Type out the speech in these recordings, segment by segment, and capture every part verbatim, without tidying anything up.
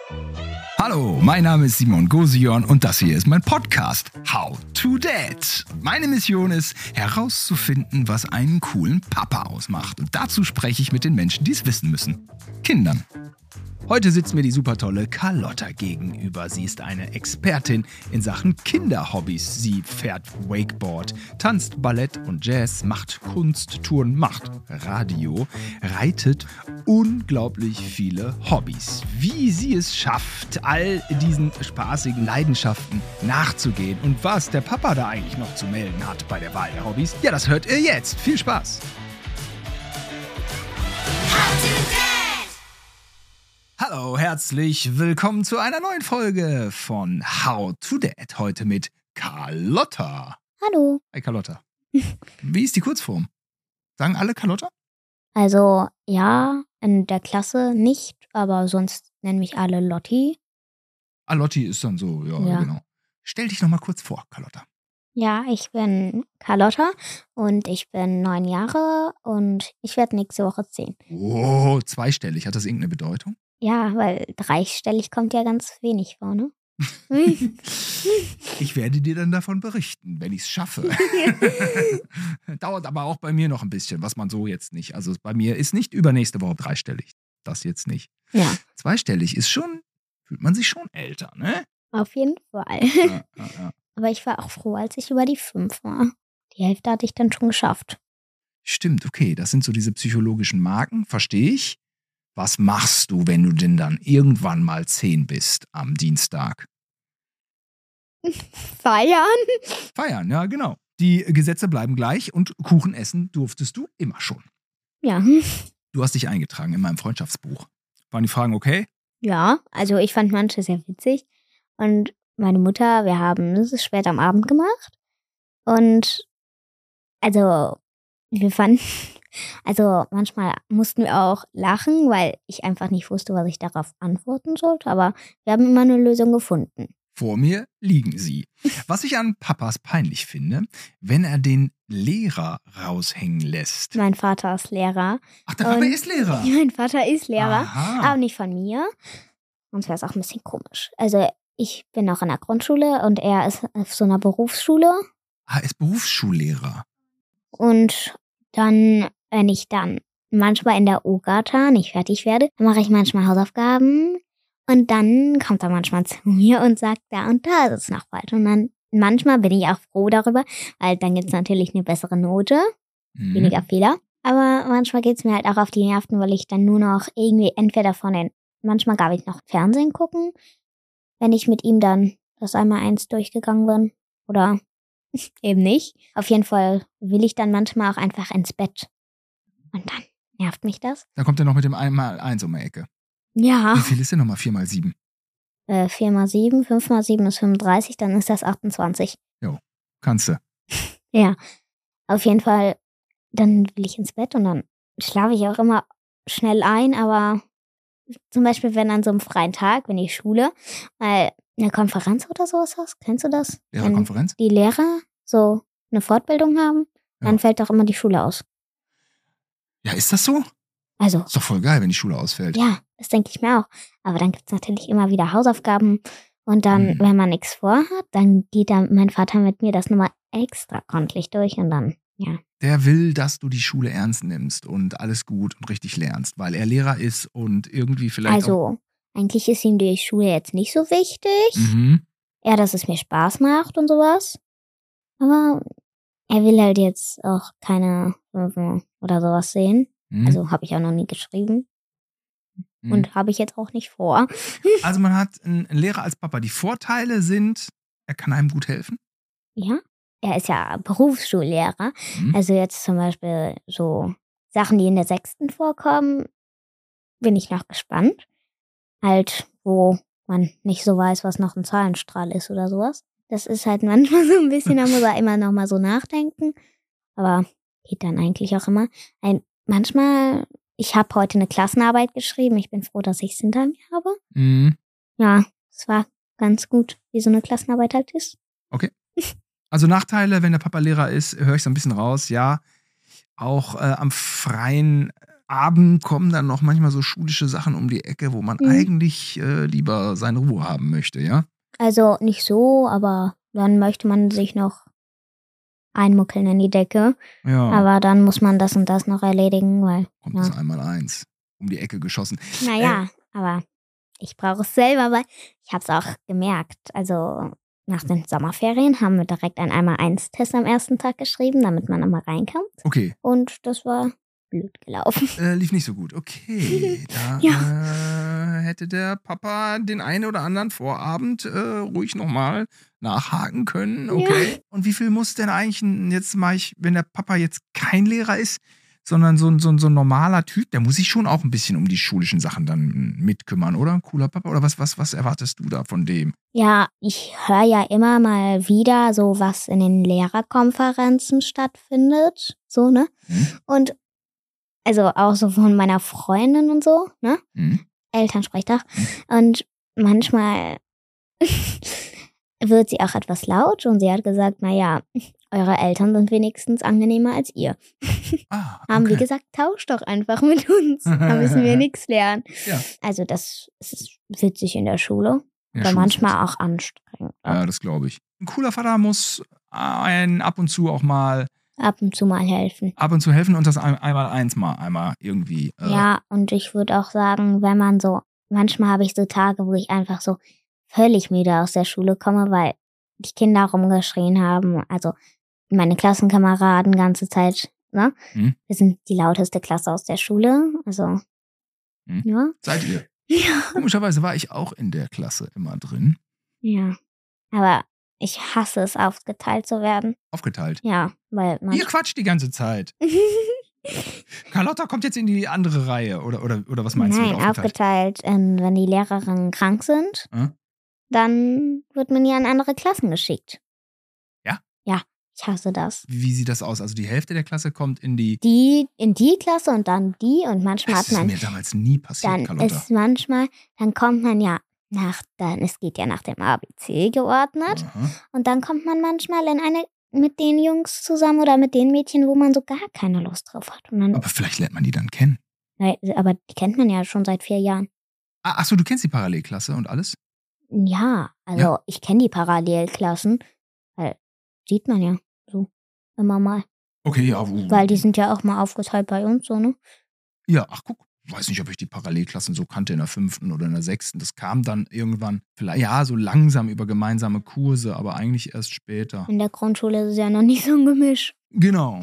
Hallo, mein Name ist Simon Gosion und das hier ist mein Podcast How to Dad. Meine Mission ist, herauszufinden, was einen coolen Papa ausmacht. Und dazu spreche ich mit den Menschen, die es wissen müssen. Kindern. Heute sitzt mir die super tolle Carlotta gegenüber. Sie ist eine Expertin in Sachen Kinderhobbys. Sie fährt Wakeboard, tanzt Ballett und Jazz, macht Kunst, Touren, macht Radio, reitet unglaublich viele Hobbys. Wie sie es schafft, all diesen spaßigen Leidenschaften nachzugehen und was der Papa da eigentlich noch zu melden hat bei der Wahl der Hobbys, ja, das hört ihr jetzt. Viel Spaß! Hallo, herzlich willkommen zu einer neuen Folge von How to Dad. Heute mit Carlotta. Hallo. Hi Carlotta. Wie ist die Kurzform? Sagen alle Carlotta? Also, ja, in der Klasse nicht, aber sonst nennen mich alle Lotti. Ah, Lotti ist dann so, ja, Ja. genau. Stell dich noch mal kurz vor, Carlotta. Ja, ich bin Carlotta und ich bin neun Jahre und ich werde nächste Woche zehn. Oh, zweistellig. Hat das irgendeine Bedeutung? Ja, weil dreistellig kommt ja ganz wenig vor, ne? Ich werde dir dann davon berichten, wenn ich es schaffe. Dauert aber auch bei mir noch ein bisschen, was man so jetzt nicht. Also bei mir ist nicht übernächste Woche dreistellig. Das jetzt nicht. Ja, Zweistellig ist schon, fühlt man sich schon älter, ne? auf jeden Fall. Ja, ja, ja. Aber ich war auch froh, als ich über die fünf war. Die Hälfte hatte ich dann schon geschafft. Stimmt, okay. Das sind so diese psychologischen Marken, verstehe ich. Was machst du, wenn du denn dann irgendwann mal zehn bist am Dienstag? Feiern? Feiern, ja, genau. Die Gesetze bleiben gleich und Kuchen essen durftest du immer schon. Ja. Du hast dich eingetragen in meinem Freundschaftsbuch. Waren die Fragen okay? Ja, also ich fand manche sehr witzig. Und meine Mutter, wir haben es spät am Abend gemacht. Und also wir fanden, also manchmal mussten wir auch lachen, weil ich einfach nicht wusste, was ich darauf antworten sollte. Aber wir haben immer eine Lösung gefunden. Vor mir liegen sie. Was ich an Papas peinlich finde, wenn er den Lehrer raushängen lässt. Mein Vater ist Lehrer. Ach, der Papa Und- ist Lehrer. Mein Vater ist Lehrer, Aha. aber nicht von mir. Sonst wäre es auch ein bisschen komisch. Also ich bin noch in der Grundschule und er ist auf so einer Berufsschule. Ah, er ist Berufsschullehrer. Und dann, wenn ich dann manchmal in der O-Gata nicht fertig werde, dann mache ich manchmal Hausaufgaben. Und dann kommt er manchmal zu mir und sagt, da und da ist es noch falsch. Und dann manchmal bin ich auch froh darüber, weil dann gibt es natürlich eine bessere Note, Mhm. weniger Fehler. Aber manchmal geht es mir halt auch auf die Nerven, weil ich dann nur noch irgendwie entweder von den, manchmal gab ich noch Fernsehen gucken, wenn ich mit ihm dann das einmal eins durchgegangen bin. Oder eben nicht. Auf jeden Fall will ich dann manchmal auch einfach ins Bett. Und dann nervt mich das. Da kommt er noch mit dem einmal eins um die Ecke. Ja. Wie viel ist denn nochmal vier mal sieben? Äh, vier mal sieben, fünf mal sieben ist fünfunddreißig, dann ist das achtundzwanzig. Kannst du. Ja. Auf jeden Fall, dann will ich ins Bett und dann schlafe ich auch immer schnell ein, aber zum Beispiel, wenn an so einem freien Tag, wenn die Schule mal eine Konferenz oder sowas hast, kennst du das? Wenn Lehrerkonferenz? die Lehrer so eine Fortbildung haben, dann Ja. fällt doch immer die Schule aus. Ja, ist das so? Also, Ist doch voll geil, wenn die Schule ausfällt. ja, das denke ich mir auch. Aber dann gibt es natürlich immer wieder Hausaufgaben. Und dann, Mhm. wenn man nichts vorhat, dann geht dann mein Vater mit mir das nochmal extra gründlich durch und dann, ja. Der will, dass du die Schule ernst nimmst und alles gut und richtig lernst, weil er Lehrer ist und irgendwie vielleicht auch... Also, eigentlich ist ihm die Schule jetzt nicht so wichtig. Mhm. Ja, dass es mir Spaß macht und sowas. Aber er will halt jetzt auch keine Fünfen oder sowas sehen. Mhm. Also, habe ich auch noch nie geschrieben. Mhm. Und habe ich jetzt auch nicht vor. Also man hat einen Lehrer als Papa. Die Vorteile sind, er kann einem gut helfen. Ja, er ist ja Berufsschullehrer. Mhm. Also jetzt zum Beispiel so Sachen, die in der sechsten vorkommen, bin ich noch gespannt. Halt, wo man nicht so weiß, was noch ein Zahlenstrahl ist oder sowas. Das ist halt manchmal so ein bisschen, da muss er immer noch mal so nachdenken. Aber geht dann eigentlich auch immer. Ein, manchmal, ich habe heute eine Klassenarbeit geschrieben. Ich bin froh, dass ich es hinter mir habe. Mhm. Ja, es war ganz gut, wie so eine Klassenarbeit halt ist. Okay. Also Nachteile, wenn der Papa Lehrer ist, höre ich so ein bisschen raus. Ja, auch äh, am freien Abend kommen dann noch manchmal so schulische Sachen um die Ecke, wo man Mhm. eigentlich äh, lieber seine Ruhe haben möchte, ja? Also nicht so, aber dann möchte man sich noch einmuckeln in die Decke. Ja, Aber dann muss man das und das noch erledigen, weil, kommt ja. das einmal eins. Um die Ecke geschossen. Naja, aber ich brauche es selber, weil ich habe es auch gemerkt. Also nach den Sommerferien haben wir direkt einen einmal eins Test am ersten Tag geschrieben, damit man immer reinkommt. Okay, Und das war blöd gelaufen. äh, lief nicht so gut. Okay, da äh, hätte der Papa den einen oder anderen Vorabend äh, ruhig nochmal nachhaken können. Okay. Und wie viel muss denn eigentlich ein- jetzt mal ich, wenn der Papa jetzt kein Lehrer ist, sondern so ein, so, ein, so ein normaler Typ, der muss sich schon auch ein bisschen um die schulischen Sachen dann mitkümmern, oder? Ein cooler Papa? Oder was, was, was erwartest du da von dem? Ja, ich höre ja immer mal wieder so, was in den Lehrerkonferenzen stattfindet. So, ne? Hm? Und also auch so von meiner Freundin und so, ne? Hm? Elternsprechtag. Und manchmal wird sie auch etwas laut und sie hat gesagt, naja, eure Eltern sind wenigstens angenehmer als ihr. Ah, Haben wir okay. gesagt, tausch doch einfach mit uns. Da müssen wir nichts lernen. Ja. Also das ist witzig in der Schule, Ja, aber schon manchmal witzig. auch anstrengend. Ja, das glaube ich. Ein cooler Vater muss einen ab und zu auch mal Ab und zu mal helfen. ab und zu helfen und das ein, einmal eins mal einmal irgendwie. Äh, Ja, und ich würde auch sagen, wenn man so, manchmal habe ich so Tage, wo ich einfach so völlig müde aus der Schule komme, weil die Kinder rumgeschrien haben. Also meine Klassenkameraden ganze Zeit, ne? Hm? Wir sind die lauteste Klasse aus der Schule. Also, Hm. ja. Seid ihr? Ja. Komischerweise war ich auch in der Klasse immer drin. Ja. Aber ich hasse es, aufgeteilt zu werden. Aufgeteilt. Ja, weil man. Ihr quatscht die ganze Zeit. Carlotta kommt jetzt in die andere Reihe. Oder, oder, oder was meinst Nein, du mit aufgeteilt? aufgeteilt, ähm, wenn die Lehrerinnen krank sind, Hm? dann wird man ja in andere Klassen geschickt. Ja? Ja, ich hasse das. Wie sieht das aus? Also die Hälfte der Klasse kommt in die. Die in die Klasse und dann die und manchmal Das hat ist man. mir damals nie passiert, Dann Carlotta. ist manchmal, dann kommt man ja nach, dann, es geht ja nach dem A B C geordnet Aha. und dann kommt man manchmal in eine mit den Jungs zusammen oder mit den Mädchen, wo man so gar keine Lust drauf hat. Und dann, Aber vielleicht lernt man die dann kennen. aber die kennt man ja schon seit vier Jahren. Ah, achso, du kennst die Parallelklasse und alles? Ja, also Ja. ich kenne die Parallelklassen, weil sieht man ja so immer mal. Okay, ja. wo- Weil die sind ja auch mal aufgeteilt bei uns, so, ne? Ja, ach guck, weiß nicht, ob ich die Parallelklassen so kannte in der fünften oder in der sechsten. Das kam dann irgendwann, vielleicht ja, so langsam über gemeinsame Kurse, aber eigentlich erst später. In der Grundschule ist es ja noch nicht so ein Gemisch. Genau.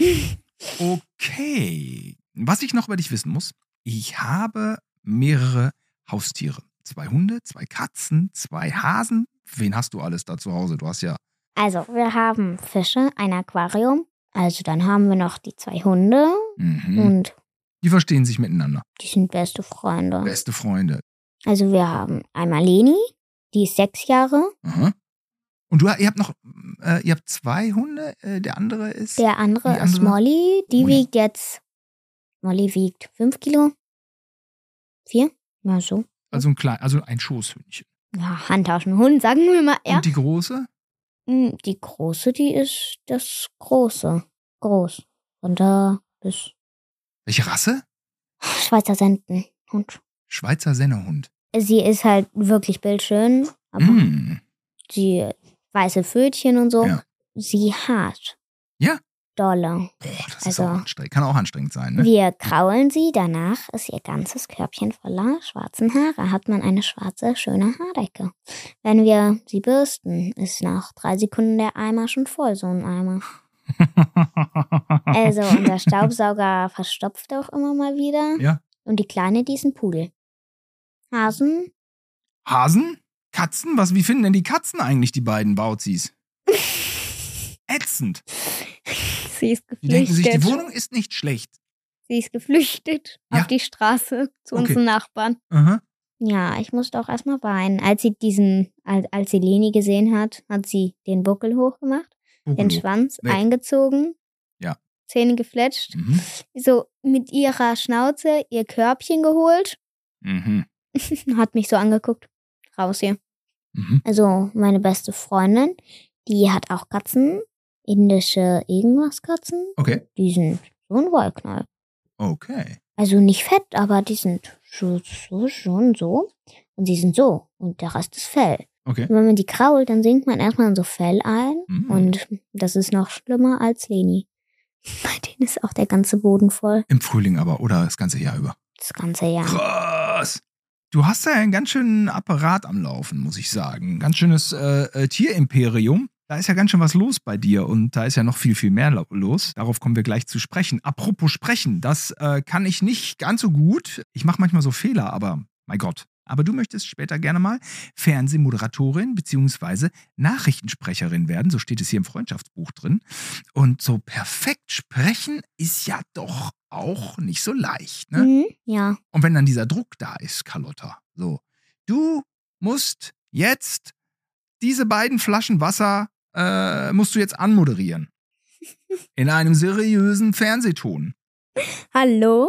Okay. Was ich noch über dich wissen muss, ich habe mehrere Haustiere. Zwei Hunde, zwei Katzen, zwei Hasen. Wen hast du alles da zu Hause? Du hast ja. Also, wir haben Fische, ein Aquarium. Also, dann haben wir noch die zwei Hunde Mhm. und Die verstehen sich miteinander. die sind beste Freunde. Beste Freunde. Also, wir haben einmal Leni, die ist sechs Jahre. Aha. Und du, ihr habt noch, äh, ihr habt zwei Hunde. Äh, der andere ist. Der andere Die ist andere? Molly, die Oh ja. wiegt jetzt, Molly wiegt fünf Kilo. Vier? Ja, so. Also ein klein, also ein Schoßhündchen. Ja, Handtaschenhund, sagen wir mal. Ja. Und die große? Mm, Die große, die ist das Große. Groß. Von da bis Welche Rasse? Schweizer Sendenhund. Schweizer Sennehund. Sie ist halt wirklich bildschön, aber Mm. die weiße Pfötchen und so, Ja. sie hart. Ja? Dolle. Boah, das ist Also- auch anstrengend. Kann auch anstrengend sein, ne? Wir kraulen sie, danach ist ihr ganzes Körbchen voller schwarzen Haare. Hat man eine schwarze, schöne Haardecke. Wenn wir sie bürsten, ist nach drei Sekunden der Eimer schon voll, so ein Eimer. Also unser Staubsauger verstopft auch immer mal wieder. Ja. Und die Kleine, die ist ein Pudel. Hasen? Hasen? Katzen? Was, wie finden denn die Katzen eigentlich die beiden Bauzis? Ätzend. Sie ist Die denken sich, die geflüchtet. Wohnung ist nicht schlecht. Sie ist geflüchtet Ja. auf die Straße zu Okay. unseren Nachbarn. Aha. Ja, ich musste auch erstmal weinen. Als sie diesen, als, als sie Leni gesehen hat, hat sie den Buckel hochgemacht, den Buckelow. Schwanz Weg. eingezogen, Ja. Zähne gefletscht, Mhm. so mit ihrer Schnauze ihr Körbchen geholt, Mhm. hat mich so angeguckt. Raus hier. Mhm. Also meine beste Freundin, die hat auch Katzen, indische irgendwas Katzen. Okay. Die sind so ein Wollknall. Okay. Also nicht fett, aber die sind so, so schon so. Und sie sind so. Und der Rest ist Fell. Okay. Und wenn man die krault, dann sinkt man erstmal in so Fell ein. Mm. Und das ist noch schlimmer als Leni. Bei denen ist auch der ganze Boden voll. Im Frühling aber oder das ganze Jahr über? Das ganze Jahr. Krass. Du hast ja einen ganz schönen Apparat am Laufen, muss ich sagen. Ein ganz schönes äh, äh, Tierimperium. Da ist ja ganz schön was los bei dir und da ist ja noch viel, viel mehr los. Darauf kommen wir gleich zu sprechen. Apropos sprechen, das äh, kann ich nicht ganz so gut. Ich mache manchmal so Fehler, aber mein Gott. Aber du möchtest später gerne mal Fernsehmoderatorin bzw. Nachrichtensprecherin werden. So steht es hier im Freundschaftsbuch drin. Und so perfekt sprechen ist ja doch auch nicht so leicht, ne? Mhm, ja. Und wenn dann dieser Druck da ist, Carlotta, so, du musst jetzt diese beiden Flaschen Wasser, äh, musst du jetzt anmoderieren. In einem seriösen Fernsehton. Hallo?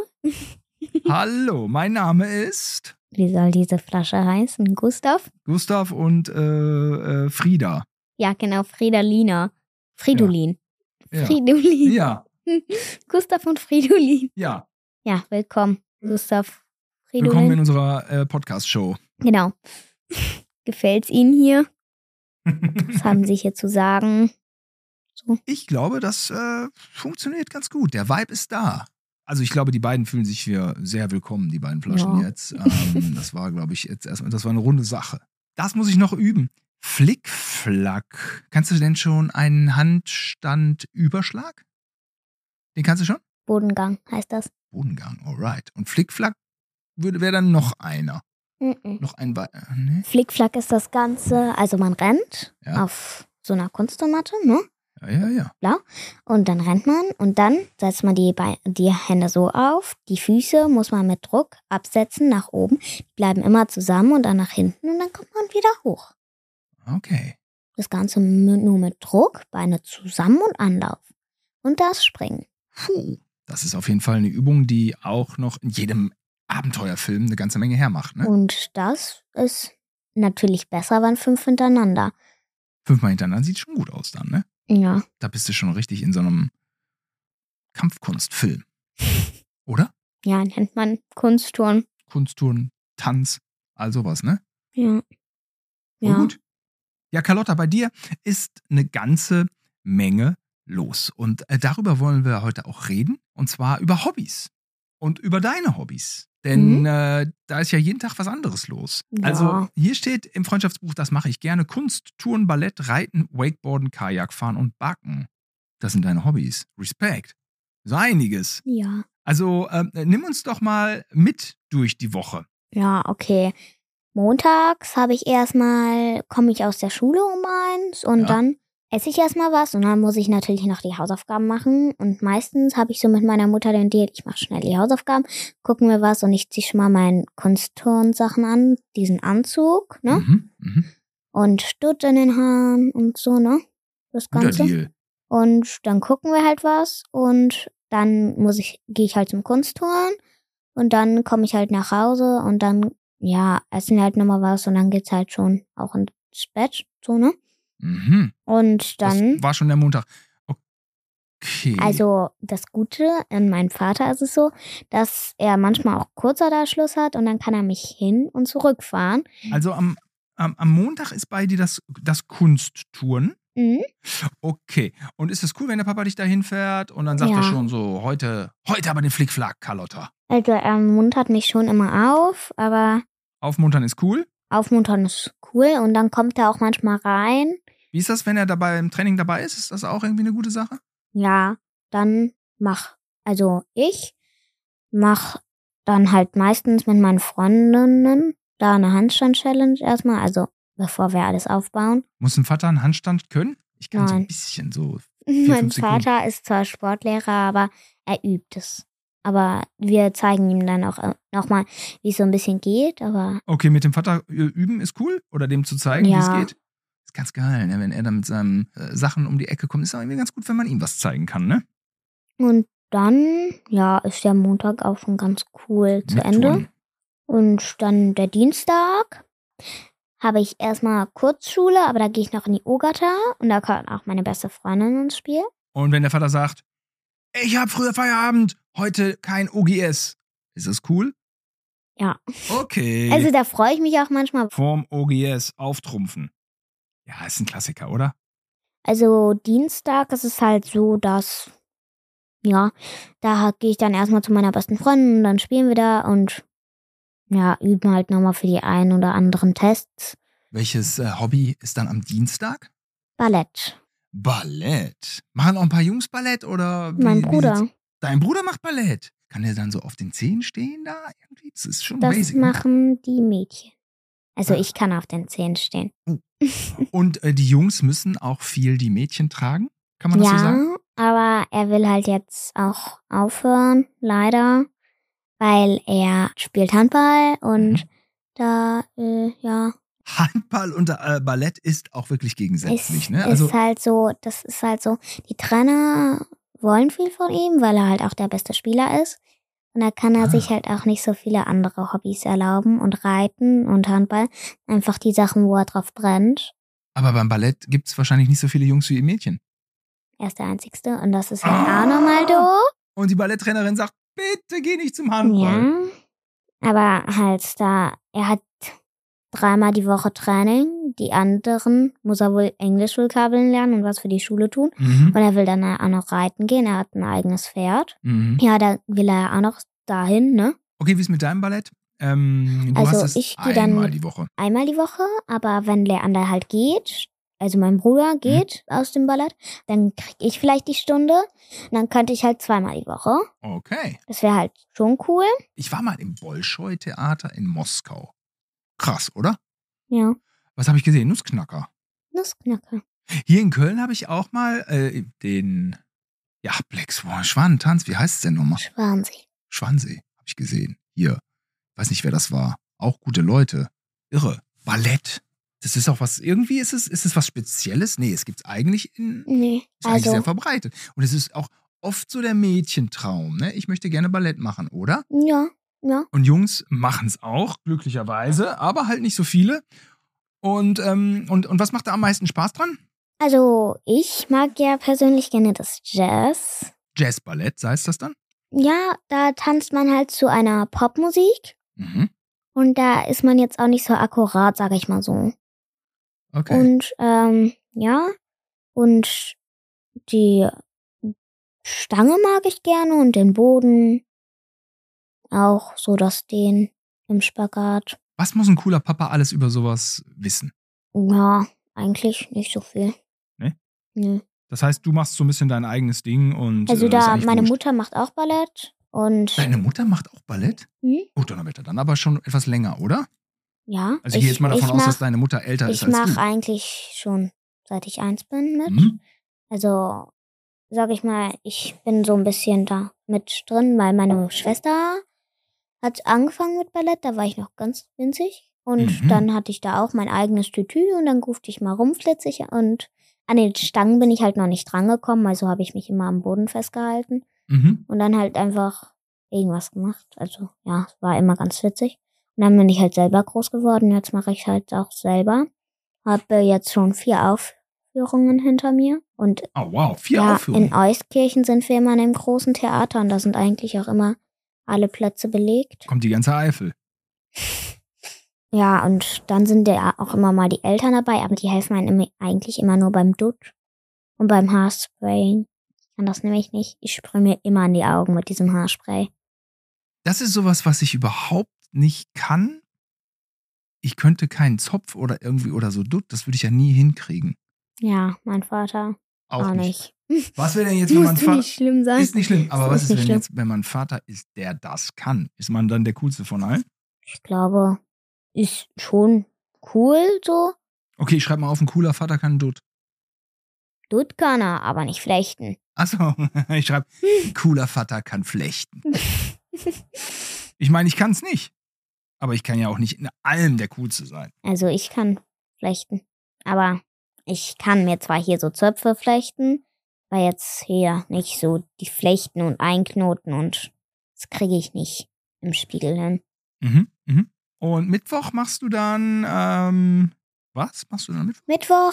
Hallo, mein Name ist Wie soll diese Flasche heißen? Gustav? Gustav und äh, äh, Frieda. Ja, genau, Fridolina. Fridolin. Ja. Fridolin. Ja, Gustav und Fridolin. ja. Ja, willkommen, Gustav. Fridolin. Willkommen in unserer äh, Podcast-Show. Genau. Gefällt's Ihnen hier? Was haben Sie hier zu sagen? So. Ich glaube, das äh, funktioniert ganz gut. Der Vibe ist da. Also ich glaube, die beiden fühlen sich hier sehr willkommen, die beiden Flaschen Ja. jetzt. Ähm, das war, glaube ich, jetzt erstmal, das war eine runde Sache. Das muss ich noch üben. Flickflack. Kannst du denn schon einen Handstand-Überschlag? Den kannst du schon? Bodengang heißt das. Bodengang, alright. Und Flickflack wäre dann noch einer. Mhm. Noch ein Be äh, ne? Flickflack ist das Ganze, also man rennt Ja. auf so einer Kunstmatte, ne? Ja, ja, ja. Und dann rennt man und dann setzt man die, Be die Hände so auf. Die Füße muss man mit Druck absetzen nach oben. Die bleiben immer zusammen und dann nach hinten und dann kommt man wieder hoch. Okay. Das Ganze m- nur mit Druck, Beine zusammen und Anlauf. Und das Springen. Puh. Das ist auf jeden Fall eine Übung, die auch noch in jedem Abenteuerfilm eine ganze Menge hermacht, ne? Und das ist natürlich besser, wenn fünf hintereinander. Fünfmal hintereinander sieht schon gut aus dann, ne? Ja. Da bist du schon richtig in so einem Kampfkunstfilm. Oder? Ja, nennt man Kunstturnen. Kunstturnen, Tanz, all sowas, ne? Ja. Voll Ja. gut. Ja, Carlotta, bei dir ist eine ganze Menge los. Und äh, darüber wollen wir heute auch reden. Und zwar über Hobbys. Und über deine Hobbys. Denn Mhm. äh, da ist ja jeden Tag was anderes los. Ja. Also hier steht im Freundschaftsbuch, das mache ich gerne. Kunst, Touren, Ballett, Reiten, Wakeboarden, Kajakfahren und Backen. Das sind deine Hobbys. Respekt. So einiges. Ja. Also ähm, nimm uns doch mal mit durch die Woche. Ja, okay. Montags habe ich erstmal, komme ich aus der Schule um eins und Ja. dann esse ich erstmal was und dann muss ich natürlich noch die Hausaufgaben machen. Und meistens habe ich so mit meiner Mutter den Deal, ich mache schnell die Hausaufgaben, gucken wir was und ich ziehe schon mal meinen Kunstturn-Sachen an, diesen Anzug, ne? Mhm, mhm. Und Stutt in den Haaren und so, ne? Das Guter Ganze. Deal. Und dann gucken wir halt was und dann muss ich, gehe ich halt zum Kunstturnen und dann komme ich halt nach Hause und dann, ja, essen wir halt nochmal was und dann geht's halt schon auch ins Bett, so, ne? Mhm. Und dann, Das war schon der Montag. Okay. also das Gute an meinem Vater ist es so, dass er manchmal auch kurzer da Schluss hat und dann kann er mich hin und zurückfahren. Also am, am, am Montag ist bei dir das, das Kunsttouren. Mhm. Okay. Und ist es cool, wenn der Papa dich da hinfährt und dann sagt Ja. er schon so, heute, heute aber den Flickflack, Carlotta. Also er muntert mich schon immer auf, aber Aufmuntern ist cool. aufmuntern ist cool und dann kommt er auch manchmal rein. Wie ist das, wenn er dabei im Training dabei ist? Ist das auch irgendwie eine gute Sache? Ja, dann mach, also ich mach dann halt meistens mit meinen Freundinnen da eine Handstand-Challenge erstmal, also bevor wir alles aufbauen. Muss ein Vater einen Handstand können? Ich kann so ein Nein. bisschen so. mein fünf Sekunden. Vater ist zwar Sportlehrer, aber er übt es. Aber wir zeigen ihm dann auch nochmal, wie es so ein bisschen geht, aber Okay, mit dem Vater äh, üben ist cool? Oder dem zu zeigen, wie Ja. es geht? Ist ganz geil, ne? Wenn er dann mit seinen äh, Sachen um die Ecke kommt, ist auch irgendwie ganz gut, wenn man ihm was zeigen kann, ne? und dann, ja, ist der Montag auch schon ganz cool zu Mit Ende. Touren. Und dann der Dienstag habe ich erstmal Kurzschule, aber da gehe ich noch in die Ogata und da kommt auch meine beste Freundin ins Spiel. Und wenn der Vater sagt, ich habe früher Feierabend, heute kein O G S. Ist das cool? Ja. Okay. Also da freue ich mich auch manchmal. Vorm O G S auftrumpfen. Ja, ist ein Klassiker, oder? Also Dienstag ist es halt so, dass, ja, da gehe ich dann erstmal zu meiner besten Freundin und dann spielen wir da und ja, üben halt nochmal für die ein oder anderen Tests. Welches äh, Hobby ist dann am Dienstag? Ballett. Ballett. Machen auch ein paar Jungs Ballett oder wie, Mein wie Bruder. sieht's- Dein Bruder macht Ballett. Kann der dann so auf den Zehen stehen da? Irgendwie? Das ist schon Das basic. ne? machen die Mädchen. Also Ah. ich kann auf den Zehen stehen. Und äh, die Jungs müssen auch viel die Mädchen tragen? Kann man das so sagen? Ja, aber er will halt jetzt auch aufhören, leider, weil er spielt Handball und Mhm. da, äh, ja, Handball und äh, Ballett ist auch wirklich gegensätzlich, ist, ne? Also ist halt so, das ist halt so, die Trainer wollen viel von ihm, weil er halt auch der beste Spieler ist. Und da kann er Ah. sich halt auch nicht so viele andere Hobbys erlauben und Reiten und Handball. Einfach die Sachen, wo er drauf brennt. aber beim Ballett gibt es wahrscheinlich nicht so viele Jungs wie Mädchen. Er ist der Einzigste und das ist halt Ah. auch nochmal doof. Und die Balletttrainerin sagt, bitte geh nicht zum Handball. Ja, aber halt da, er hat dreimal die Woche Training. Die anderen muss er wohl Englisch-Vokabeln lernen und was für die Schule tun. Mhm. Und er will dann auch noch reiten gehen. Er hat ein eigenes Pferd. Mhm. Ja, da will er auch noch dahin, ne? Okay, wie ist mit deinem Ballett? Ähm, du Also, hast es ich geh dann einmal mit- die Woche. Einmal die Woche, aber wenn Leander halt geht, also mein Bruder geht Mhm. aus dem Ballett, dann krieg ich vielleicht die Stunde. Und dann könnte ich halt zweimal die Woche. Okay. Das wäre halt schon cool. Ich war mal im Bolschoi-Theater in Moskau. Krass, oder? Ja, Was habe ich gesehen? Nussknacker. Nussknacker. Hier in Köln habe ich auch mal äh, den, ja, Black Swan, Schwanentanz, wie heißt es denn nochmal? Schwansee. Schwansee, habe ich gesehen. Hier. Weiß nicht, wer das war. Auch gute Leute. Irre. Ballett. Das ist auch was, irgendwie ist es, ist es was Spezielles? Nee, es gibt es eigentlich in, Nee, ist eigentlich sehr also, verbreitet. Und es ist auch oft so der Mädchentraum, ne? Ich möchte gerne Ballett machen, oder? ja, ja. Und Jungs machen es auch, glücklicherweise, aber halt nicht so viele. Und, ähm, und, und was macht da am meisten Spaß dran? Also, ich mag ja persönlich gerne das Jazz. Jazzballett, sei es das dann? Ja, da tanzt man halt zu einer Popmusik. Mhm. Und da ist man jetzt auch nicht so akkurat, sag ich mal so. Okay. Und, ähm, ja. Und die Stange mag ich gerne und den Boden. Auch so das Dehnen im Spagat. Was muss ein cooler Papa alles über sowas wissen? Ja, eigentlich nicht so viel. Nee? Nee. Das heißt, du machst so ein bisschen dein eigenes Ding und. Also äh, ist da, eigentlich meine wurscht. Mutter macht auch Ballett und Deine Mutter macht auch Ballett? Hm? Oh, Donnerwetter, dann aber schon etwas länger, oder? ja, Also ich gehe jetzt mal davon ich aus, mach, dass deine Mutter älter ist ich als mache du. eigentlich schon seit ich eins bin mit. Mhm. Also sag ich mal, ich bin so ein bisschen da mit drin, weil meine Schwester hat angefangen mit Ballett, da war ich noch ganz winzig. Und Mhm. dann hatte ich da auch mein eigenes Tütü und dann durfte ich mal rumflitzig und an den Stangen bin ich halt noch nicht drangekommen, also habe ich mich immer am Boden festgehalten Mhm. und dann halt einfach irgendwas gemacht. Also ja, es war immer ganz witzig. Und dann bin ich halt selber groß geworden, jetzt mache ich halt auch selber. Habe jetzt schon vier Aufführungen hinter mir und Oh wow, vier ja, Aufführungen. in Euskirchen sind wir immer in einem großen Theater und da sind eigentlich auch immer alle Plätze belegt. Kommt die ganze Eifel. Ja, und dann sind ja auch immer mal die Eltern dabei, aber die helfen einem immer- eigentlich immer nur beim Dutt und beim Haarsprayen. Ich kann das nämlich nicht. Ich sprühe mir immer in die Augen mit diesem Haarspray. Das ist sowas, was ich überhaupt nicht kann. Ich könnte keinen Zopf oder irgendwie oder so Dutt, das würde ich ja nie hinkriegen. Ja, mein Vater Auch, auch nicht. nicht. Was wäre denn jetzt, wenn man Muss Vater. nicht schlimm sein. Ist nicht schlimm, aber Ist was ist, nicht wenn schlimm. jetzt, wenn man Vater ist, der das kann? Ist man dann der coolste von allen? Ich glaube, ist schon cool so. Okay, ich schreibe mal auf, ein cooler Vater kann Dutt. Dutt kann er, aber nicht flechten. Achso, ich schreibe, ein cooler Vater kann flechten. Ich meine, ich kann es nicht. Aber ich kann ja auch nicht in allem der Coolste sein. Also ich kann flechten. Aber ich kann mir zwar hier so Zöpfe flechten, aber jetzt hier nicht so die Flechten und Einknoten und das kriege ich nicht im Spiegel hin. Mhm, mhm. Und Mittwoch machst du dann, ähm, was machst du dann Mittwoch? Mittwoch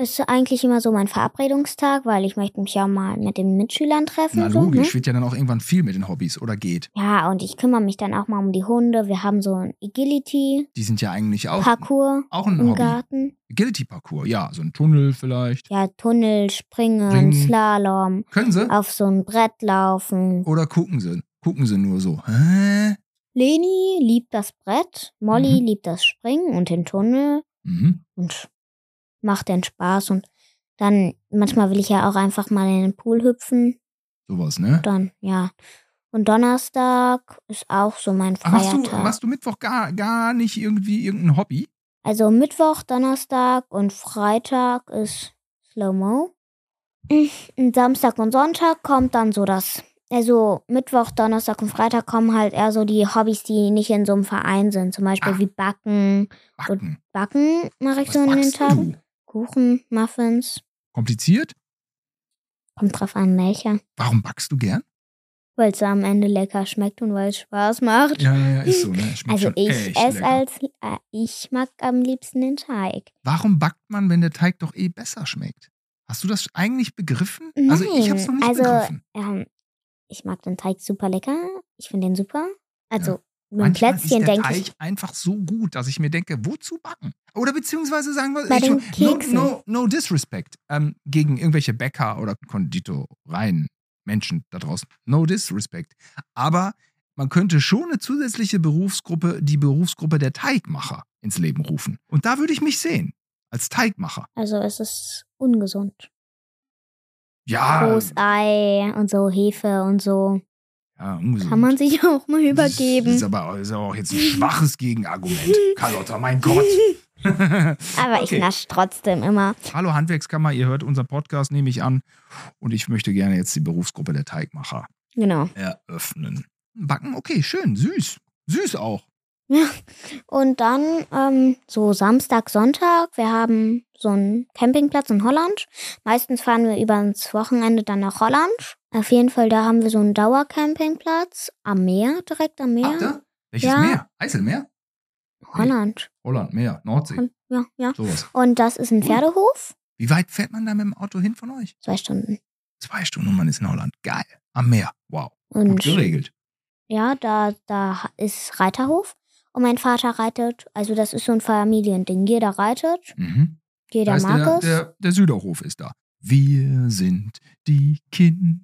ist eigentlich immer so mein Verabredungstag, weil ich möchte mich ja mal mit den Mitschülern treffen. Na so, logisch, ne? wird ja dann auch irgendwann viel mit den Hobbys oder geht. Ja, und ich kümmere mich dann auch mal um die Hunde. Wir haben so ein Agility-Parcours Die sind ja eigentlich auch, auch ein im Hobby. Garten. Agility-Parcours, ja, so ein Tunnel vielleicht. Ja, Tunnel, Springen, Ringen. Slalom, Können sie? auf so ein Brett laufen. Oder gucken sie? Gucken sie nur so. Hä? Leni liebt das Brett, Molly Mhm. liebt das Springen und den Tunnel Mhm. und macht den Spaß. Und dann, manchmal will ich ja auch einfach mal in den Pool hüpfen. Sowas, ne? Dann, ja. Und Donnerstag ist auch so mein Aber hast du, Feiertag. hast du Mittwoch gar, gar nicht irgendwie irgendein Hobby? Also Mittwoch, Donnerstag und Freitag ist Slow-Mo. Und Samstag und Sonntag kommt dann so das. Also Mittwoch, Donnerstag und Freitag kommen halt eher so die Hobbys, die nicht in so einem Verein sind. Zum Beispiel Ah. wie Backen. Backen. Backen mache ich Was so in den backst Tagen. du? Kuchen, Muffins. Kompliziert? Kommt drauf an, welcher. Warum backst du gern? Weil es am Ende lecker schmeckt und weil es Spaß macht. Ja, ja, ja, ist so, ne? Schmeckt Also schon ich echt esse lecker. als, äh, ich mag am liebsten den Teig. Warum backt man, wenn der Teig doch eh besser schmeckt? Hast du das eigentlich begriffen? Also ich habe es noch nicht also, begriffen. Ähm, ich mag den Teig super lecker. Ich finde den super. Also mit dem Manchmal ist Plätzchen der denke Teig ich. einfach so gut, dass ich mir denke, wozu backen? Oder beziehungsweise sagen wir, Bei ich, den no, Keksen. no, no disrespect ähm, gegen irgendwelche Bäcker oder Konditoreien, Menschen da draußen. No disrespect. Aber man könnte schon eine zusätzliche Berufsgruppe, die Berufsgruppe der Teigmacher ins Leben rufen. Und da würde ich mich sehen, als Teigmacher. Also es ist ungesund. Ja, Großei und so, Hefe und so. ja ungesund. Kann man sich auch mal Das übergeben. ist aber, ist aber auch jetzt ein schwaches Gegenargument. Carlotta, mein Gott. Aber ich Okay. nasche trotzdem immer. Hallo Handwerkskammer, ihr hört unseren Podcast, nehme ich an. Und ich möchte gerne jetzt die Berufsgruppe der Teigmacher Genau. eröffnen. Backen, okay, schön, süß. Süß auch. Und dann ähm, so Samstag, Sonntag. Wir haben so einen Campingplatz in Holland. Meistens fahren wir über das Wochenende dann nach Holland. Auf jeden Fall, da haben wir so einen Dauercampingplatz am Meer, direkt am Meer. Habt ihr? Welches Ja. Meer? Eiselmeer? Holland. Holland, Meer, Nordsee, Und, ja, ja. sowas. Und das ist ein Pferdehof. Wie weit fährt man da mit dem Auto hin von euch? Zwei Stunden. Zwei Stunden und man ist in Holland. Geil. Am Meer. Wow. Gut Und geregelt. ja, da, da ist Reiterhof. Und mein Vater reitet, also das ist so ein Familiending. Jeder reitet, Mhm. jeder Da ist mag der, es. der, der Süderhof ist da. Wir sind die Kinder.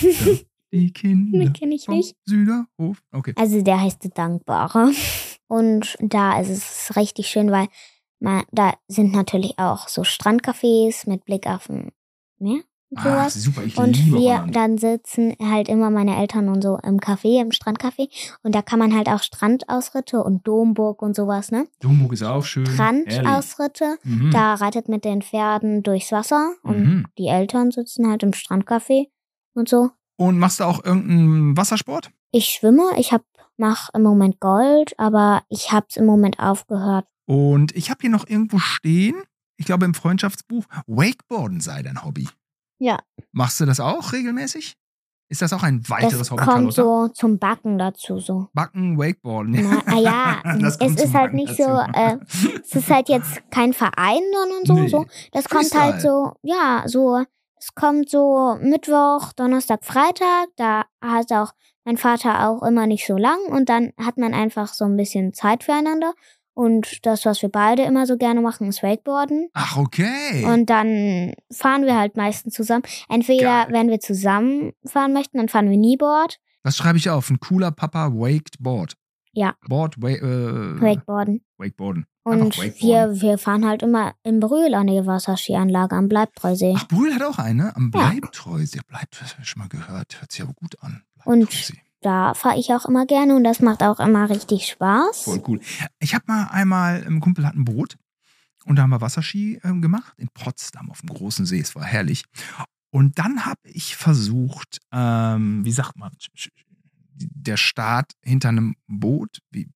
Die Kinder. Den kenne ich vom nicht. Süderhof. Okay. Also der heißt Dankbare. Und da ist es richtig schön, weil man, da sind natürlich auch so Strandcafés mit Blick auf den Meer und Ah, sowas. super, ich Und liebe wir Holland. dann sitzen halt immer meine Eltern und so im Café, im Strandcafé. Und da kann man halt auch Strandausritte und Domburg und sowas, ne? Domburg ist auch schön. Herrlich. Strandausritte. Mhm. Da reitet mit den Pferden durchs Wasser. Und Mhm. die Eltern sitzen halt im Strandcafé und so. Und machst du auch irgendeinen Wassersport? Ich schwimme, ich hab, mach im Moment Gold, aber ich hab's im Moment aufgehört. Und ich habe hier noch irgendwo stehen, ich glaube im Freundschaftsbuch, Wakeboarden sei dein Hobby. Ja. Machst du das auch regelmäßig? Ist das auch ein weiteres Das Hobby, kommt Carlotta? so zum Backen dazu, so. Backen, Wakeboarden. Na, ah ja, Das es kommt zum ist halt Backen nicht so, dazu. äh, es ist halt jetzt kein Verein, sondern so, Nee. so. Das kommt Freestyle. halt so, ja, so, es kommt so Mittwoch, Donnerstag, Freitag, da hat auch mein Vater auch immer nicht so lang und dann hat man einfach so ein bisschen Zeit füreinander und das, was wir beide immer so gerne machen, ist Wakeboarden. Ach, okay. Und dann fahren wir halt meistens zusammen. Entweder, Geil. wenn wir zusammen fahren möchten, dann fahren wir Kneeboard. Das schreibe ich auf. Ein cooler Papa waked board. Ja. Board, wa äh, Wakeboarden. Wakeboarden. Und Einfach wakeboarden. wir, wir fahren halt immer in Brühl an die Wasserskianlage am Bleibtreusee. Ach, Brühl hat auch eine. Am Ja. Bleibtreusee. Bleibtreusee, habe ich schon mal gehört. Hört sich aber gut an. Und Bleibtreusee. da fahre ich auch immer gerne und das macht auch immer richtig Spaß. Voll cool. Ich habe mal einmal, ein Kumpel hat ein Boot und da haben wir Wasserski ähm, gemacht in Potsdam auf dem großen See. Es war herrlich. Und dann habe ich versucht, ähm, wie sagt man, der Start hinter einem Boot, wie, wie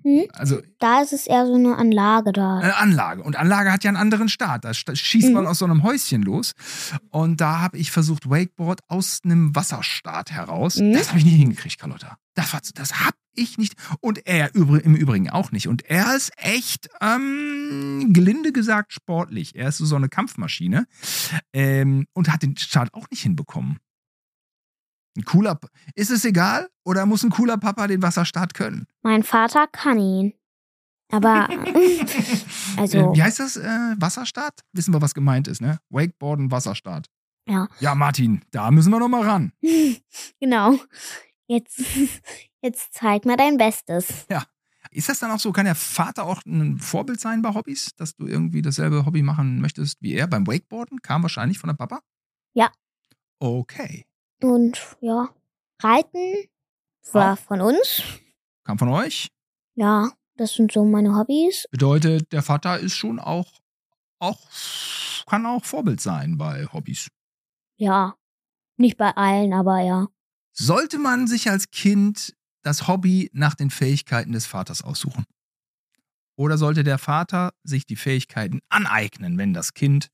Hm? Also Da ist es eher so eine Anlage da. äh, Anlage. Und Anlage hat ja einen anderen Start. Da sta- schießt Mhm. man aus so einem Häuschen los. Und da habe ich versucht, Wakeboard aus einem Wasserstart heraus. Mhm. Das habe ich nicht hingekriegt, Carlotta. Das, war, das habe ich nicht. Und er übr- im Übrigen auch nicht. Und er ist echt, ähm, gelinde gesagt, sportlich. Er ist so eine Kampfmaschine. Ähm, und hat den Start auch nicht hinbekommen. Ein cooler. P- Ist es egal? Oder muss ein cooler Papa den Wasserstart können? Mein Vater kann ihn. Aber, also, Äh, Wie heißt das? Äh, Wasserstart? Wissen wir, was gemeint ist, ne? Wakeboarden, Wasserstart. ja. Ja, Martin, da müssen wir noch mal ran. Genau. Jetzt, jetzt zeig mal dein Bestes. Ist das dann auch so? Kann der Vater auch ein Vorbild sein bei Hobbys? Dass du irgendwie dasselbe Hobby machen möchtest wie er beim Wakeboarden? Kam wahrscheinlich von der Papa? Ja. Okay. Und ja, Reiten war Auch? von uns. Kam von euch? Ja, das sind so meine Hobbys. Bedeutet, der Vater ist schon auch, auch, kann auch Vorbild sein bei Hobbys. Ja, nicht bei allen, aber ja. Sollte man sich als Kind das Hobby nach den Fähigkeiten des Vaters aussuchen? Oder sollte der Vater sich die Fähigkeiten aneignen, wenn das Kind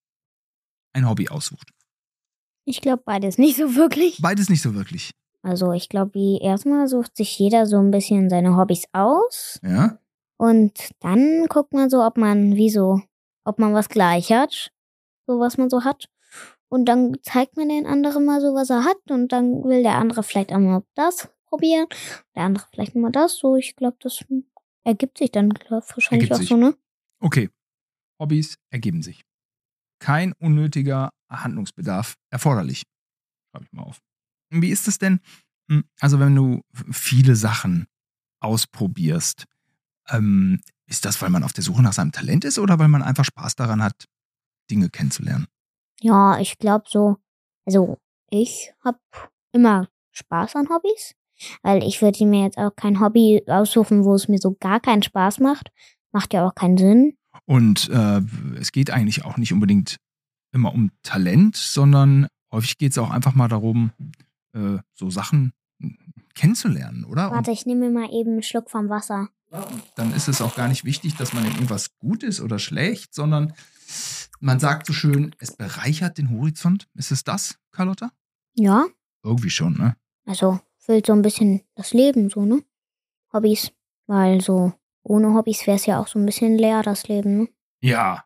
ein Hobby aussucht? Ich glaube beides nicht so wirklich. Beides nicht so wirklich. Also ich glaube, wie erstmal sucht sich jeder so ein bisschen seine Hobbys aus. Ja? Und dann guckt man so, ob man wie so, ob man was gleich hat. So was man so hat. Und dann zeigt man den anderen mal so, was er hat. Und dann will der andere vielleicht einmal das probieren. Der andere vielleicht mal das. So, ich glaube, das ergibt sich dann glaub, wahrscheinlich Ergibt auch sich. so, ne? Okay. Hobbys ergeben sich. Kein unnötiger Handlungsbedarf erforderlich. Schreibe ich mal auf. Wie ist es denn, hm, also wenn du viele Sachen ausprobierst, ähm, ist das, weil man auf der Suche nach seinem Talent ist oder weil man einfach Spaß daran hat, Dinge kennenzulernen? Ja, ich glaube so, also ich habe immer Spaß an Hobbys, weil ich würde mir jetzt auch kein Hobby aussuchen, wo es mir so gar keinen Spaß macht. Macht ja auch keinen Sinn. Und äh, es geht eigentlich auch nicht unbedingt immer um Talent, sondern häufig geht es auch einfach mal darum, äh, so Sachen kennenzulernen, oder? Warte, ich nehme mir mal eben einen Schluck vom Wasser. Und dann ist es auch gar nicht wichtig, dass man in irgendwas gut ist oder schlecht, sondern man sagt so schön, es bereichert den Horizont. Ist es das, Carlotta? Ja, Irgendwie schon, ne? also füllt so ein bisschen das Leben so, ne? Hobbys, weil so ohne Hobbys wäre es ja auch so ein bisschen leer, das Leben, ne? Ja.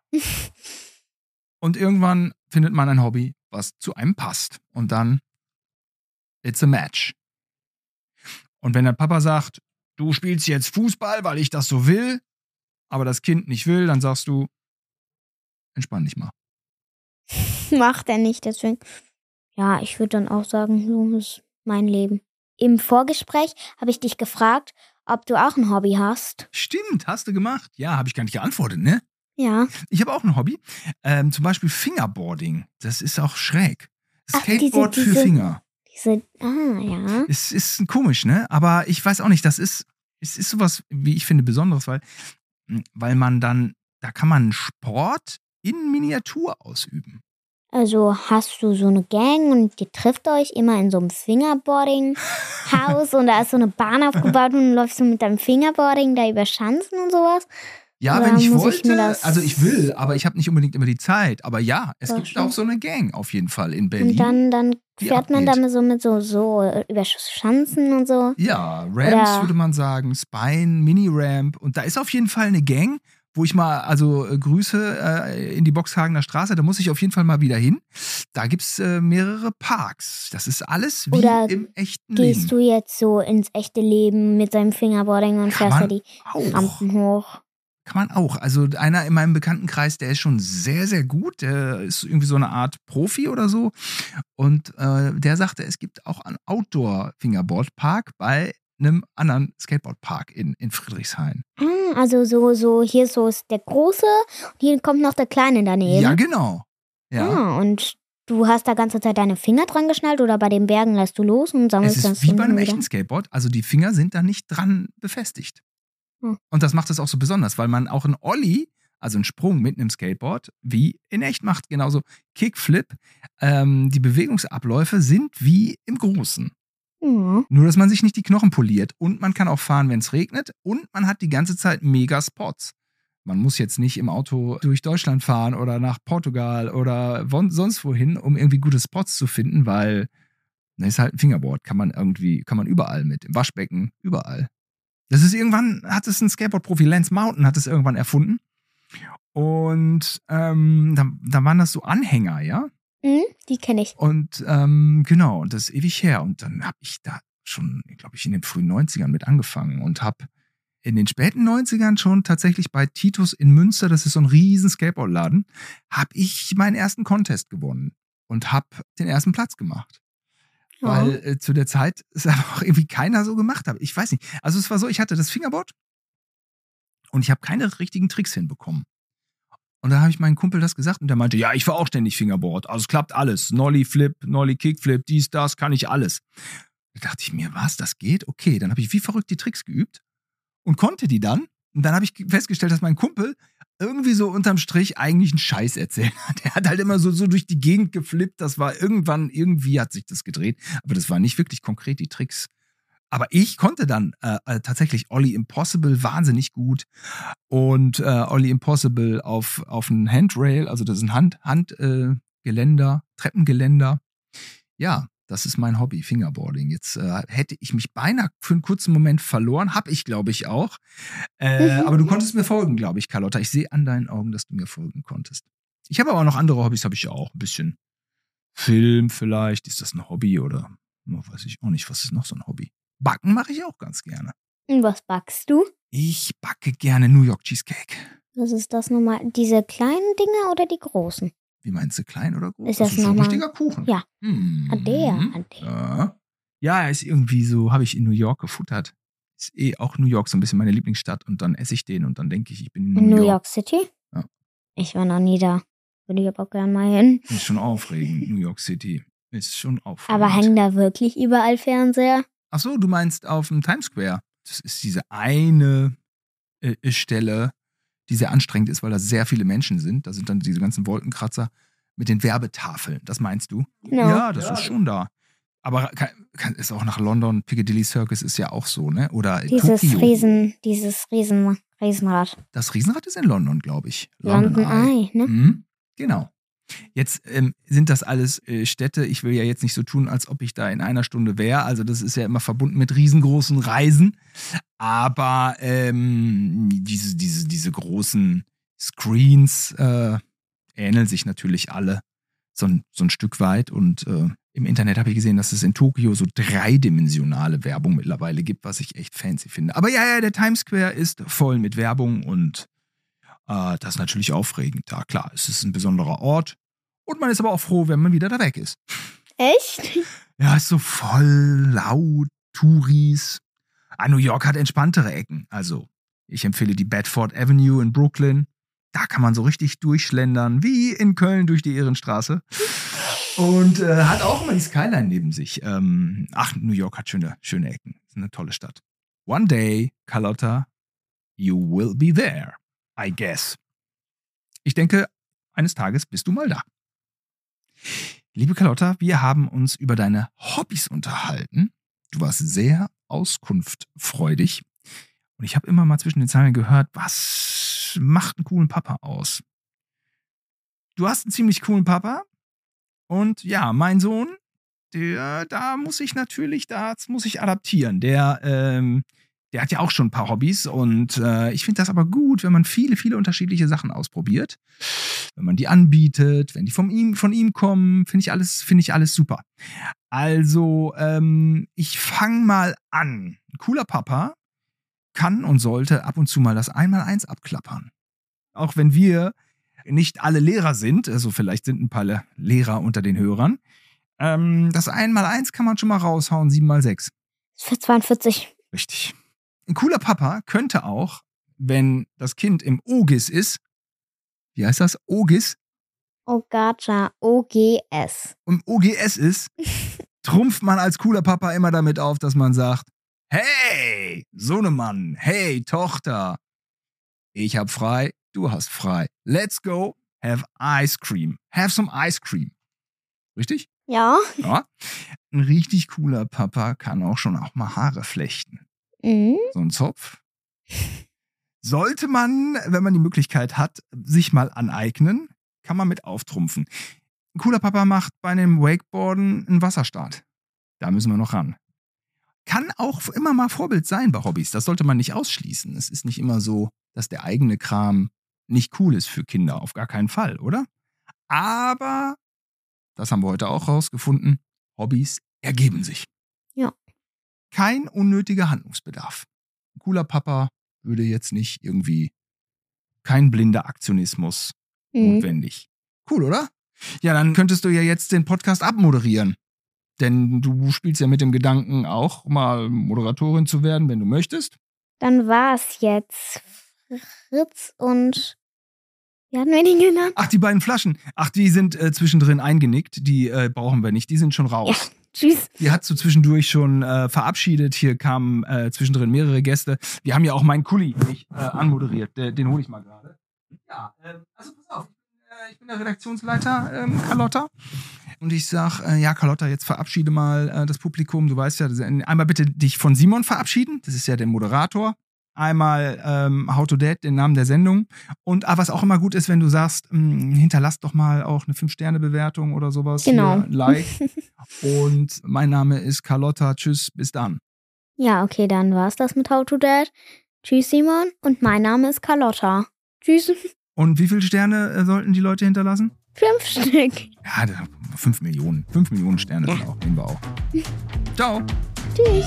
Und irgendwann findet man ein Hobby, was zu einem passt. Und dann, it's a match. Und wenn der Papa sagt, du spielst jetzt Fußball, weil ich das so will, aber das Kind nicht will, dann sagst du, entspann dich mal. Macht er nicht, deswegen. Ja, ich würde dann auch sagen, so ist mein Leben. Im Vorgespräch habe ich dich gefragt, ob du auch ein Hobby hast. Stimmt, hast du gemacht? Ja, habe ich gar nicht geantwortet, ne? Ja. Ich habe auch ein Hobby. Ähm, zum Beispiel Fingerboarding. Das ist auch schräg. Ach, diese- Skateboard für diese- Finger. Diese, ah, ja. Es ist komisch, ne? Aber ich weiß auch nicht, das ist, es ist sowas, wie ich finde, Besonderes, weil, weil man dann, da kann man Sport in Miniatur ausüben. Also hast du so eine Gang und ihr trifft euch immer in so einem Fingerboarding-Haus und da ist so eine Bahn aufgebaut und du läufst so mit deinem Fingerboarding da über Schanzen und sowas? Ja, Oder wenn ich muss ich wollte, mir das- also ich will, aber ich habe nicht unbedingt immer die Zeit. Aber ja, es Ja, gibt schon. auch so eine Gang auf jeden Fall in Berlin. Und dann, dann die fährt man abgeht. da so mit so, so äh, über Schanzen und so. Ja, Ramps Oder- würde man sagen, Spine, Mini-Ramp. Und da ist auf jeden Fall eine Gang, wo ich mal, also äh, Grüße äh, in die Boxhagener Straße, da muss ich auf jeden Fall mal wieder hin. Da gibt es äh, mehrere Parks. Das ist alles wie Oder im echten Gehst Leben. du jetzt so ins echte Leben mit deinem Fingerboarding und Kann fährst da man die auch. Rampen hoch? Kann man auch. Also einer in meinem Bekanntenkreis, der ist schon sehr, sehr gut. Der ist irgendwie so eine Art Profi oder so. Und äh, der sagte, es gibt auch einen Outdoor-Fingerboard-Park bei einem anderen Skateboard-Park in, in Friedrichshain. Ah, also so, so, hier so ist der Große und hier kommt noch der Kleine daneben. Ja, genau. Ja. Ah, und du hast da ganze Zeit deine Finger dran geschnallt oder bei den Bergen lässt du los und Es sammelst ist das wie dann bei einem wieder? echten Skateboard. Also die Finger sind da nicht dran befestigt. Hm. Und das macht es auch so besonders, weil man auch einen Ollie, also einen Sprung mit einem Skateboard, wie in echt macht. Genauso Kickflip. Ähm, die Bewegungsabläufe sind wie im Großen. Ja. Nur, dass man sich nicht die Knochen poliert. Und man kann auch fahren, wenn es regnet. Und man hat die ganze Zeit mega Spots. Man muss jetzt nicht im Auto durch Deutschland fahren oder nach Portugal oder sonst wohin, um irgendwie gute Spots zu finden, weil das ist halt ein Fingerboard. Kann man irgendwie, kann man überall mit. Im Waschbecken, überall. Das ist irgendwann, hat es ein Skateboard-Profi, Lance Mountain, hat es irgendwann erfunden. Und ähm, da, da waren das so Anhänger, ja? Mhm, die kenne ich. Und ähm, genau, und das ist ewig her. Und dann habe ich da schon, glaube ich, in den frühen neunzigern mit angefangen und habe in den späten neunzigern schon tatsächlich bei Titus in Münster, das ist so ein riesen Skateboardladen, habe ich meinen ersten Contest gewonnen und habe den ersten Platz gemacht. Ja. Weil äh, zu der Zeit es aber auch irgendwie keiner so gemacht hat. Ich weiß nicht. Also es war so, ich hatte das Fingerboard und ich habe keine richtigen Tricks hinbekommen. Und da habe ich meinem Kumpel das gesagt und der meinte, ja, ich fahr auch ständig Fingerboard. Also es klappt alles. Nollie Flip, Nollie Kickflip, dies, das, kann ich alles. Da dachte ich mir, was, das geht? Okay, dann habe ich wie verrückt die Tricks geübt und konnte die dann. Und dann habe ich festgestellt, dass mein Kumpel irgendwie so unterm Strich eigentlich einen Scheiß erzählt hat. Der hat halt immer so, so durch die Gegend geflippt. Das war irgendwann, irgendwie hat sich das gedreht. Aber das war nicht wirklich konkret die Tricks. Aber ich konnte dann äh, äh, tatsächlich Ollie Impossible wahnsinnig gut und äh, Ollie Impossible auf, auf ein Handrail, also das ist ein Hand, Handgeländer, äh, Treppengeländer. Ja, das ist mein Hobby, Fingerboarding. Jetzt äh, hätte ich mich beinahe für einen kurzen Moment verloren, habe ich, glaube ich, auch. Äh, aber du konntest mir folgen, glaube ich, Carlotta. Ich sehe an deinen Augen, dass du mir folgen konntest. Ich habe aber auch noch andere Hobbys, habe ich ja auch. Ein bisschen Film vielleicht. Ist das ein Hobby oder weiß ich auch nicht, was ist noch so ein Hobby? Backen mache ich auch ganz gerne. Und was backst du? Ich backe gerne New York Cheesecake. Was ist das nochmal? Diese kleinen Dinger oder die großen? Wie meinst du, klein oder groß? Ist das, das ist nochmal ein richtiger Kuchen. Ja. Hm. Ah, der. Ah, der. Ja. Ja, er ist irgendwie so, habe ich in New York gefuttert. Ist eh auch New York so ein bisschen meine Lieblingsstadt und dann esse ich den und dann denke ich, ich bin in New, in New York. York City? Ja. Ich war noch nie da. Würde ich aber auch gerne mal hin. Ist schon aufregend, New York City. Ist schon aufregend. Aber hängen da wirklich überall Fernseher? Ach so, du meinst auf dem Times Square. Das ist diese eine äh, Stelle, die sehr anstrengend ist, weil da sehr viele Menschen sind. Da sind dann diese ganzen Wolkenkratzer mit den Werbetafeln. Das meinst du? No. Ja, das ja. ist schon da. Aber kann, kann, ist auch nach London, Piccadilly Circus ist ja auch so, ne? Oder dieses Tokio. Riesen, dieses Riesen, Riesenrad. Das Riesenrad ist in London, glaube ich. London, London Eye, ne? Mhm. Genau. Jetzt ähm, sind das alles äh, Städte. Ich will ja jetzt nicht so tun, als ob ich da in einer Stunde wäre. Also das ist ja immer verbunden mit riesengroßen Reisen. Aber ähm, diese, diese, diese großen Screens äh, ähneln sich natürlich alle so ein, so ein Stück weit. Und äh, im Internet habe ich gesehen, dass es in Tokio so dreidimensionale Werbung mittlerweile gibt, was ich echt fancy finde. Aber ja, ja, der Times Square ist voll mit Werbung und äh, das ist natürlich aufregend. Ja, klar, es ist ein besonderer Ort. Und man ist aber auch froh, wenn man wieder da weg ist. Echt? Ja, ist so voll laut, Touris. Ah, New York hat entspanntere Ecken. Also, ich empfehle die Bedford Avenue in Brooklyn. Da kann man so richtig durchschlendern, wie in Köln durch die Ehrenstraße. Und äh, hat auch immer die Skyline neben sich. Ähm, ach, New York hat schöne, schöne Ecken. Ist eine tolle Stadt. One day, Carlotta, you will be there, I guess. Ich denke, eines Tages bist du mal da. Liebe Carlotta, wir haben uns über deine Hobbys unterhalten. Du warst sehr auskunftfreudig. Und ich habe immer mal zwischen den Zeilen gehört, was macht einen coolen Papa aus? Du hast einen ziemlich coolen Papa. Und ja, mein Sohn, der, da muss ich natürlich, da muss ich adaptieren. Der, ähm, der hat ja auch schon ein paar Hobbys und äh, ich finde das aber gut, wenn man viele, viele unterschiedliche Sachen ausprobiert. Wenn man die anbietet, wenn die von ihm, von ihm kommen, finde ich alles, finde ich alles super. Also, ähm, ich fange mal an. Ein cooler Papa kann und sollte ab und zu mal das Einmaleins abklappern. Auch wenn wir nicht alle Lehrer sind, also vielleicht sind ein paar Lehrer unter den Hörern. Ähm, das Einmaleins kann man schon mal raushauen, sieben mal sechs. Für zweiundvierzig. Richtig. Ein cooler Papa könnte auch, wenn das Kind im O G I S ist, wie heißt das? O G I S? Ogacha, O G S. Und O G S ist, trumpft man als cooler Papa immer damit auf, dass man sagt, hey, Sohnemann, hey, Tochter, ich hab frei, du hast frei. Let's go, have ice cream. Have some ice cream. Richtig? Ja. Ja. Ein richtig cooler Papa kann auch schon auch mal Haare flechten. Mhm. So ein Zopf. Sollte man, wenn man die Möglichkeit hat, sich mal aneignen, kann man mit auftrumpfen. Ein cooler Papa macht bei einem Wakeboarden einen Wasserstart. Da müssen wir noch ran. Kann auch immer mal Vorbild sein bei Hobbys. Das sollte man nicht ausschließen. Es ist nicht immer so, dass der eigene Kram nicht cool ist für Kinder. Auf gar keinen Fall, oder? Aber, das haben wir heute auch rausgefunden, Hobbys ergeben sich. Ja. Kein unnötiger Handlungsbedarf. Ein cooler Papa würde jetzt nicht irgendwie, kein blinder Aktionismus Mhm. notwendig. Cool, oder? Ja, dann könntest du ja jetzt den Podcast abmoderieren. Denn du spielst ja mit dem Gedanken, auch mal Moderatorin zu werden, wenn du möchtest. Dann war es jetzt Fritz und wie hatten wir den genannt? Ach, die beiden Flaschen. Ach, die sind äh, zwischendrin eingenickt. Die äh, brauchen wir nicht. Die sind schon raus. Ja, tschüss. Die hat du zwischendurch schon äh, verabschiedet. Hier kamen äh, zwischendrin mehrere Gäste. Wir haben ja auch meinen Kuli nicht äh, anmoderiert. Den, den hole ich mal gerade. Ja, äh, also pass auf. Äh, ich bin der Redaktionsleiter, ähm, Carlotta. Und ich sag, äh, ja, Carlotta, jetzt verabschiede mal äh, das Publikum. Du weißt ja, das, einmal bitte dich von Simon verabschieden. Das ist ja der Moderator. Einmal ähm, How to Dad, den Namen der Sendung. Und ah, was auch immer gut ist, wenn du sagst, mh, hinterlass doch mal auch eine fünf Sterne Bewertung oder sowas. Genau. Hier, Like. Und mein Name ist Carlotta. Tschüss, bis dann. Ja, okay, dann war's das mit How to Dad. Tschüss, Simon. Und mein Name ist Carlotta. Tschüss. Und wie viele Sterne äh, sollten die Leute hinterlassen? Fünf Stück. Ja, da- fünf Millionen. Fünf Millionen Sterne sind auch, nehmen wir auch. Ciao. Tschüss.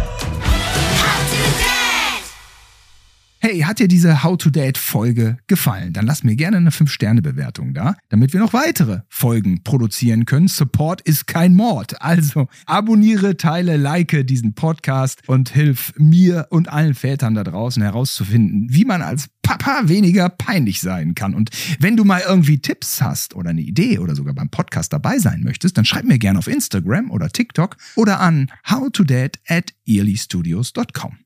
Hey, hat dir diese How to Date Folge gefallen? Dann lass mir gerne eine fünf Sterne Bewertung da, damit wir noch weitere Folgen produzieren können. Support ist kein Mord. Also abonniere, teile, like diesen Podcast und hilf mir und allen Vätern da draußen herauszufinden, wie man als Papa weniger peinlich sein kann. Und wenn du mal irgendwie Tipps hast oder eine Idee oder sogar beim Podcast dabei sein möchtest, dann schreib mir gerne auf Instagram oder TikTok oder an howtodad at earlystudios dot com.